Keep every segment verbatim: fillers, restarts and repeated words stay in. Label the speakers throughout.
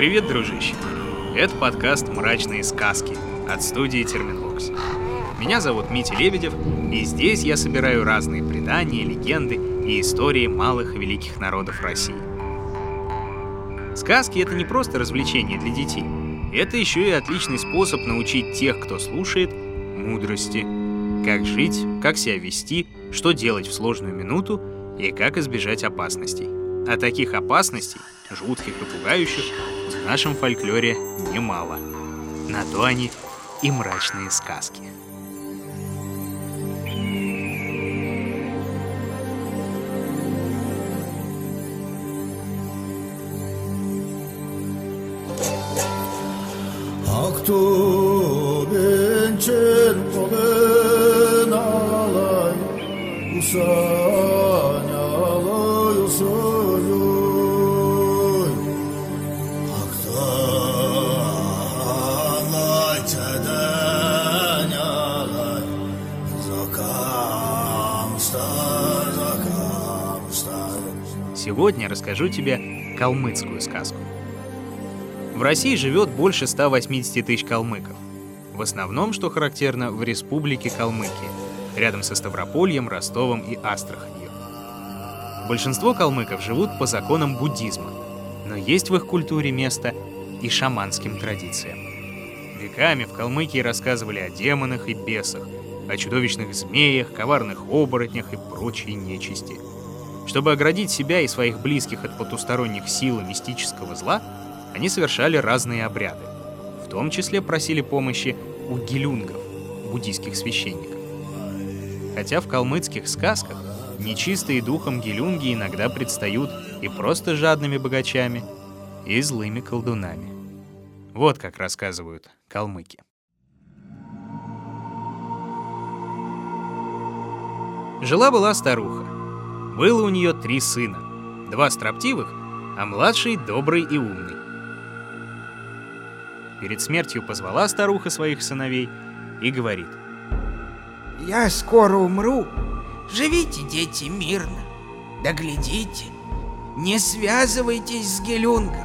Speaker 1: Привет, дружище! Это подкаст «Мрачные сказки» от студии Терминвокс. Меня зовут Митя Лебедев, и здесь я собираю разные предания, легенды и истории малых и великих народов России. Сказки — это не просто развлечение для детей. Это еще и отличный способ научить тех, кто слушает, мудрости. Как жить, как себя вести, что делать в сложную минуту и как избежать опасностей. А таких опасностей, жутких и пугающих, в нашем фольклоре немало. На то они и мрачные сказки. Сегодня расскажу тебе калмыцкую сказку. В России живет больше ста восьмидесяти тысяч калмыков. В основном, что характерно, в республике Калмыкия, рядом со Ставропольем, Ростовом и Астраханью. Большинство калмыков живут по законам буддизма, но есть в их культуре место и шаманским традициям. Веками в Калмыкии рассказывали о демонах и бесах, о чудовищных змеях, коварных оборотнях и прочей нечисти. Чтобы оградить себя и своих близких от потусторонних сил и мистического зла, они совершали разные обряды. В том числе просили помощи у гелюнгов, буддийских священников. Хотя в калмыцких сказках нечистые духом гелюнги иногда предстают и просто жадными богачами, и злыми колдунами. Вот как рассказывают калмыки. Жила-была старуха. Было у нее три сына. Два строптивых, а младший добрый и умный. Перед смертью позвала старуха своих сыновей и говорит:
Speaker 2: «Я скоро умру. Живите, дети, мирно. Да глядите, не связывайтесь с гелюнгом».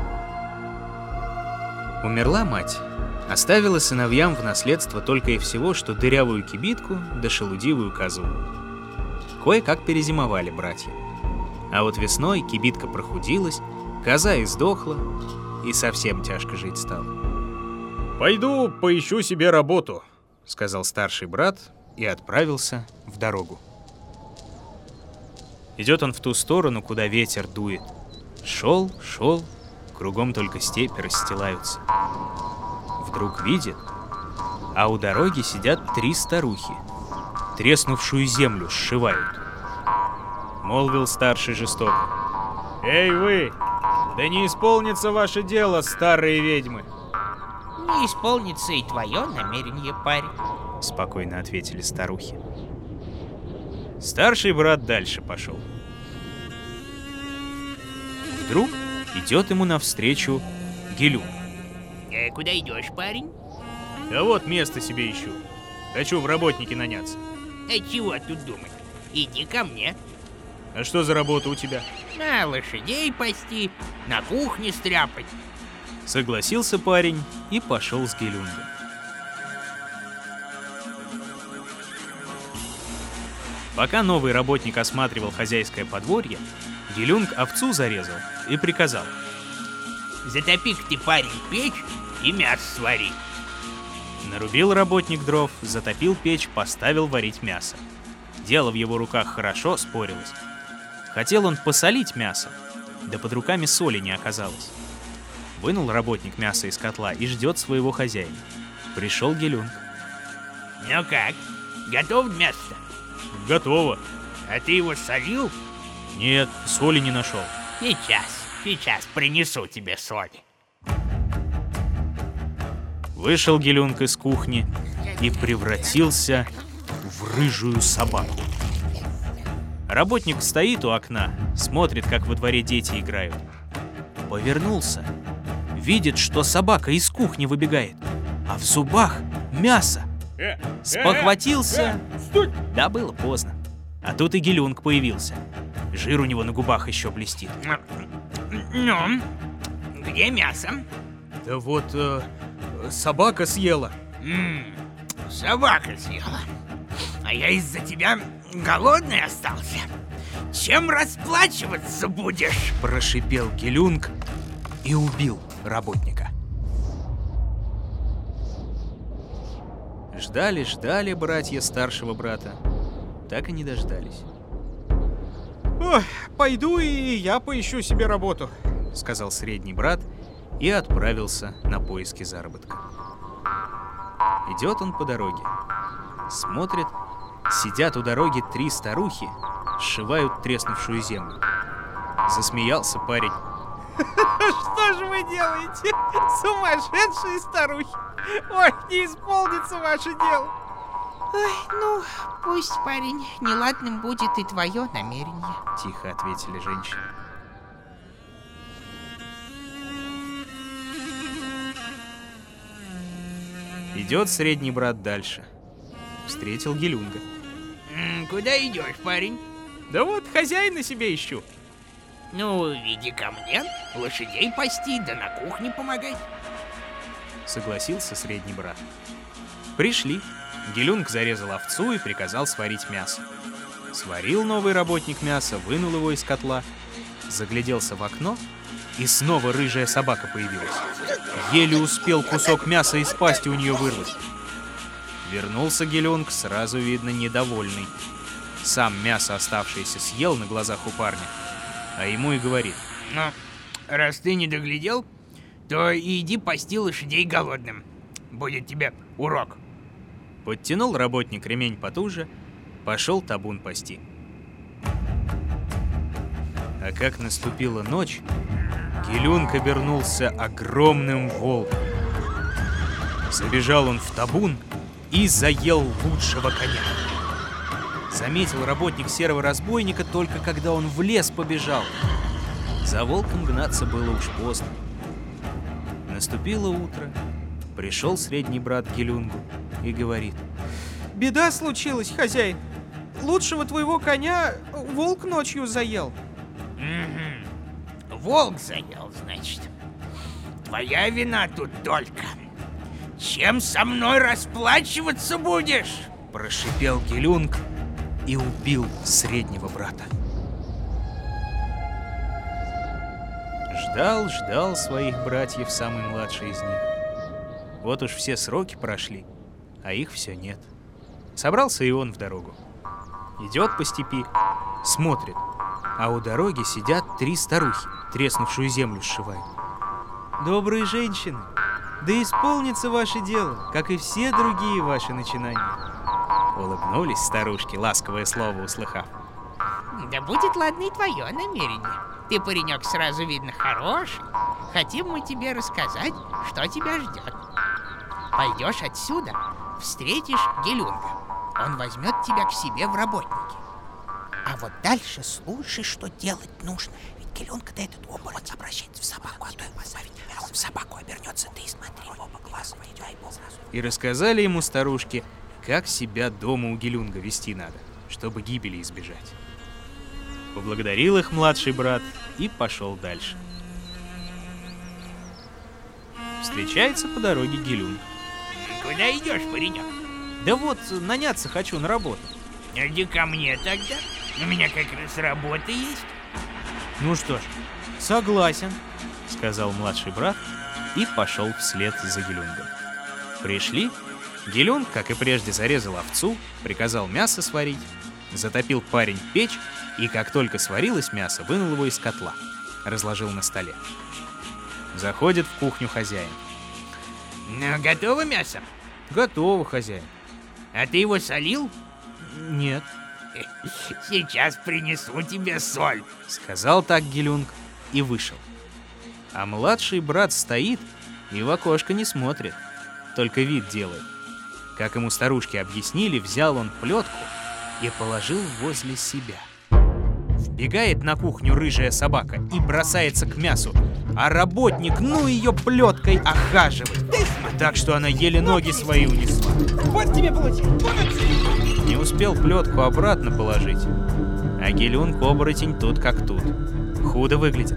Speaker 1: Умерла мать. Оставила сыновьям в наследство только и всего, что дырявую кибитку да шелудивую козу. Кое-как перезимовали братья. А вот весной кибитка прохудилась, коза издохла, и совсем тяжко жить стало. «Пойду поищу себе работу», — сказал старший брат и отправился в дорогу. Идет он в ту сторону, куда ветер дует. Шел, шел, кругом только степи расстилаются. Вдруг видит, а у дороги сидят три старухи. Треснувшую землю сшивают. Молвил старший жестоко: «Эй вы, да не исполнится ваше дело, старые ведьмы!»
Speaker 3: «Не исполнится и твое намерение, парень»,
Speaker 1: — спокойно ответили старухи. Старший брат дальше пошел. Вдруг идет ему навстречу гелюнг.
Speaker 3: э, «Куда идешь, парень?»
Speaker 1: «Да вот место себе ищу. Хочу в работники наняться».
Speaker 3: «А чего тут думать? Иди ко мне.
Speaker 1: «А что за работа у тебя?»
Speaker 3: На лошадей пасти, на кухне стряпать».
Speaker 1: Согласился парень и пошел с гелюнгом. Пока новый работник осматривал хозяйское подворье, гелюнг овцу зарезал и приказал:
Speaker 3: «Затопи-ка ты, парень, печь и мясо свари».
Speaker 1: Нарубил работник дров, затопил печь, поставил варить мясо. Дело в его руках хорошо спорилось. Хотел он посолить мясо, да под руками соли не оказалось. Вынул работник мясо из котла и ждет своего хозяина. Пришел гелюнг.
Speaker 3: «Ну как, готов мясо-то?»
Speaker 1: «Готово».
Speaker 3: «А ты его солил?»
Speaker 1: «Нет, соли не нашел».
Speaker 3: «Сейчас, сейчас принесу тебе соли».
Speaker 1: Вышел гелюнг из кухни и превратился в рыжую собаку. Работник стоит у окна, смотрит, как во дворе дети играют. Повернулся, видит, что собака из кухни выбегает, а в зубах мясо. Спохватился, да было поздно. А тут и гелюнг появился. Жир у него на губах еще блестит.
Speaker 3: Ну, Где мясо?
Speaker 1: Да вот, э, собака съела.
Speaker 3: М, собака съела. А я из-за тебя голодный остался. Чем расплачиваться будешь?
Speaker 1: Прошипел Гелюнг и убил работника. Ждали-ждали братья старшего брата, так и не дождались.
Speaker 4: Ой, пойду и я поищу себе работу,
Speaker 1: Сказал средний брат и отправился на поиски заработка. Идет он по дороге, смотрит, сидят у дороги три старухи, сшивают треснувшую землю. Засмеялся парень.
Speaker 4: Что же вы делаете, сумасшедшие старухи? Ой, не исполнится ваше дело.
Speaker 2: Ой, ну, пусть, парень, неладным будет и твое намерение.
Speaker 1: Тихо ответили женщины. Идет средний брат дальше. Встретил Гелюнга.
Speaker 3: М, Куда идешь, парень?
Speaker 4: Да вот, хозяина себе ищу.
Speaker 3: Ну, иди ко мне, лошадей пасти, да на кухне помогать.
Speaker 1: Согласился средний брат. Пришли. Гелюнг зарезал овцу и приказал сварить мясо. Сварил новый работник мясо, вынул его из котла, загляделся в окно, и снова рыжая собака появилась. Еле успел кусок мяса из пасти у нее вырвать. Вернулся Гелюнг, сразу видно, недовольный. Сам мясо оставшееся съел на глазах у парня, а ему и говорит:
Speaker 3: Ну, раз ты не доглядел, то иди пасти лошадей голодным. Будет тебе урок.
Speaker 1: Подтянул работник ремень потуже, пошел табун пасти. А как наступила ночь, Гелюнг обернулся огромным волком. Забежал он в табун и заел лучшего коня. Заметил работник серого разбойника только когда он в лес побежал. За волком гнаться было уж поздно. Наступило утро. Пришел средний брат к Гелюнгу и говорит:
Speaker 4: Беда случилась, хозяин. Лучшего твоего коня волк ночью заел.
Speaker 3: Угу. Волк заел, значит. Твоя вина тут только. Чем со мной расплачиваться будешь?
Speaker 1: Прошипел Гелюнг и убил среднего брата. Ждал, ждал своих братьев самый младший из них. Вот уж все сроки прошли, а их все нет. Собрался и он в дорогу. Идет по степи, смотрит, а у дороги сидят три старухи, треснувшую землю сшивают. Добрые женщины, да исполнится ваше дело, как и все другие ваши начинания. Улыбнулись старушки, ласковое слово услыхав.
Speaker 2: Да будет ладно и твое намерение. Ты, паренек, сразу видно хороший. Хотим мы тебе рассказать, что тебя ждет. Пойдешь отсюда, встретишь Гелюнга. Он возьмет тебя к себе в работники. А вот дальше слушай, что делать нужно. Ведь Гелюнг-то этот оборотень обращается в собаку, а то его забить. А он в собаку обернется, ты смотри, оба глаза, не дай бог.
Speaker 1: И рассказали ему старушки, как себя дома у Гелюнга вести надо, чтобы гибели избежать. Поблагодарил их младший брат и пошел дальше. Встречается по дороге Гелюнг.
Speaker 3: Куда идешь, паренек?
Speaker 1: Да вот, наняться хочу на работу.
Speaker 3: Иди ко мне тогда. У меня как раз работа есть.
Speaker 1: Ну что ж, согласен, сказал младший брат и пошел вслед за Гелюнгом. Пришли. Гелюнг, как и прежде, зарезал овцу, приказал мясо сварить, затопил парень печь и, как только сварилось мясо, вынул его из котла, разложил на столе. Заходит в кухню хозяин.
Speaker 3: Ну, готово мясо?
Speaker 1: Готово, хозяин.
Speaker 3: А ты его солил?
Speaker 1: Нет,
Speaker 3: Сейчас принесу тебе соль.
Speaker 1: сказал так Гелюнг и вышел. А младший брат стоит и в окошко не смотрит, только вид делает. Как ему старушки объяснили, взял он плетку и положил возле себя. Вбегает на кухню рыжая собака и бросается к мясу, а работник, ну ее плеткой охаживает, так что она еле ноги свои унесла.
Speaker 4: Вот тебе получилось.
Speaker 1: Не успел плетку обратно положить, а Гелюнг оборотень тут как тут. Худо выглядит.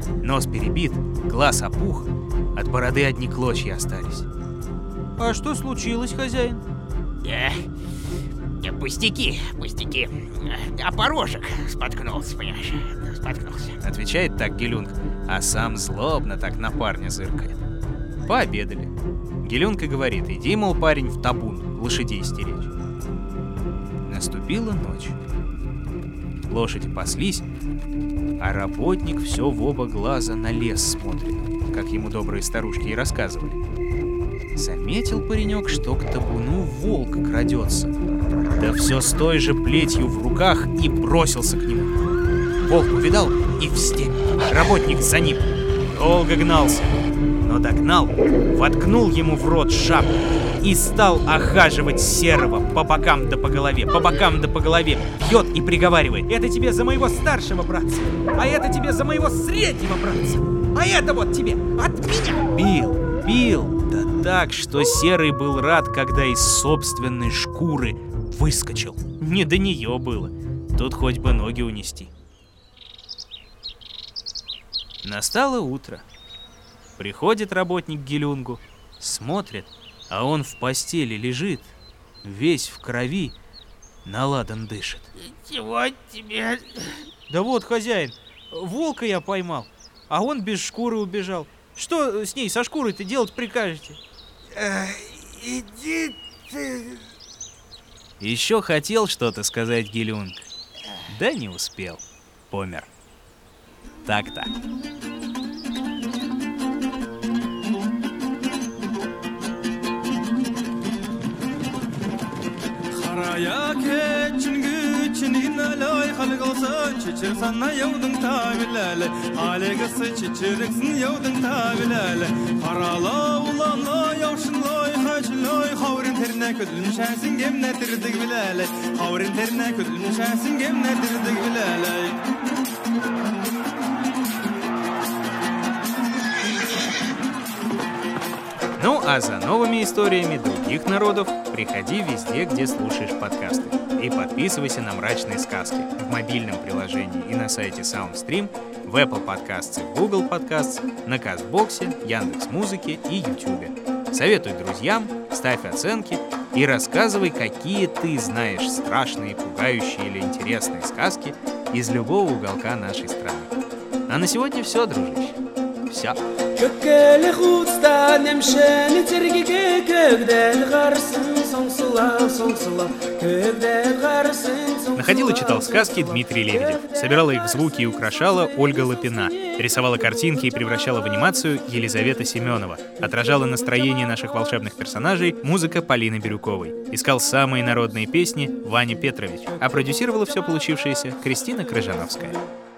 Speaker 1: Нос перебит, глаз опух, от бороды одни клочья остались.
Speaker 4: А что случилось, хозяин?
Speaker 2: Э, э, пустяки, пустяки. А порожек споткнулся, понимаешь? Споткнулся.
Speaker 1: Отвечает так Гелюнг, а сам злобно так на парня зыркает. Пообедали. Гелюнг и говорит: иди, мол, парень, в табун лошадей стеречь. Наступила ночь. Лошади паслись, а работник все в оба глаза на лес смотрит, как ему добрые старушки и рассказывали. Заметил паренек, что к табуну волк крадется. Да все с той же плетью в руках и бросился к нему. Волк увидал и в степь. Работник за ним. Долго гнался, но догнал, воткнул ему в рот шапку и стал охаживать Серого по бокам да по голове, по бокам да по голове, бьет и приговаривает:
Speaker 4: Это тебе за моего старшего братца, а это тебе за моего среднего братца, а это вот тебе от меня.
Speaker 1: Бил, бил, да так, что Серый был рад, когда из собственной шкуры выскочил. Не до нее было, тут хоть бы ноги унести. Настало утро. Приходит работник к Гелюнгу, смотрит, а он в постели лежит, весь в крови, наладан дышит.
Speaker 2: Чего тебе?
Speaker 4: Да вот, хозяин, волка я поймал, а он без шкуры убежал. Что с ней, со шкурой-то делать прикажете?
Speaker 2: Э, иди ты.
Speaker 1: Еще хотел что-то сказать Гелюнг, да не успел, помер. Так-то.
Speaker 5: Қарая кетшін күтшін иналай қалғылсын чечерсан аяудың табиләлі алегісі чечерексін яудың табиләлі қаралауланы яушынлай қачылай қаурын теріне күділін шәсін кемне тірдік біләлі қаурын теріне күділін шәсін кемне тірдік біләлі.
Speaker 1: Ну а за новыми историями других народов приходи везде, где слушаешь подкасты. И подписывайся на «Мрачные сказки» в мобильном приложении и на сайте SoundStream, в Apple Podcasts, в Google Podcasts, на Кастбоксе, Яндекс.Музыке и Ютубе. Советуй друзьям, ставь оценки и рассказывай, какие ты знаешь страшные, пугающие или интересные сказки из любого уголка нашей страны. А на сегодня все, дружище. Все.
Speaker 6: Kökkeli xutstan emşeni tergige kögdel гарсын соңсылау соңсылау kögdel гарсын.
Speaker 1: Находил и читал сказки Дмитрий Лебедев. Собирала их в звуки и украшала Ольга Лапина. Рисовала картинки и превращала в анимацию Елизавета Семенова. Отражала настроение наших волшебных персонажей музыка Полины Бирюковой. Искал самые народные песни Ваня Петрович. А продюсировала все получившееся Кристина Крыжановская.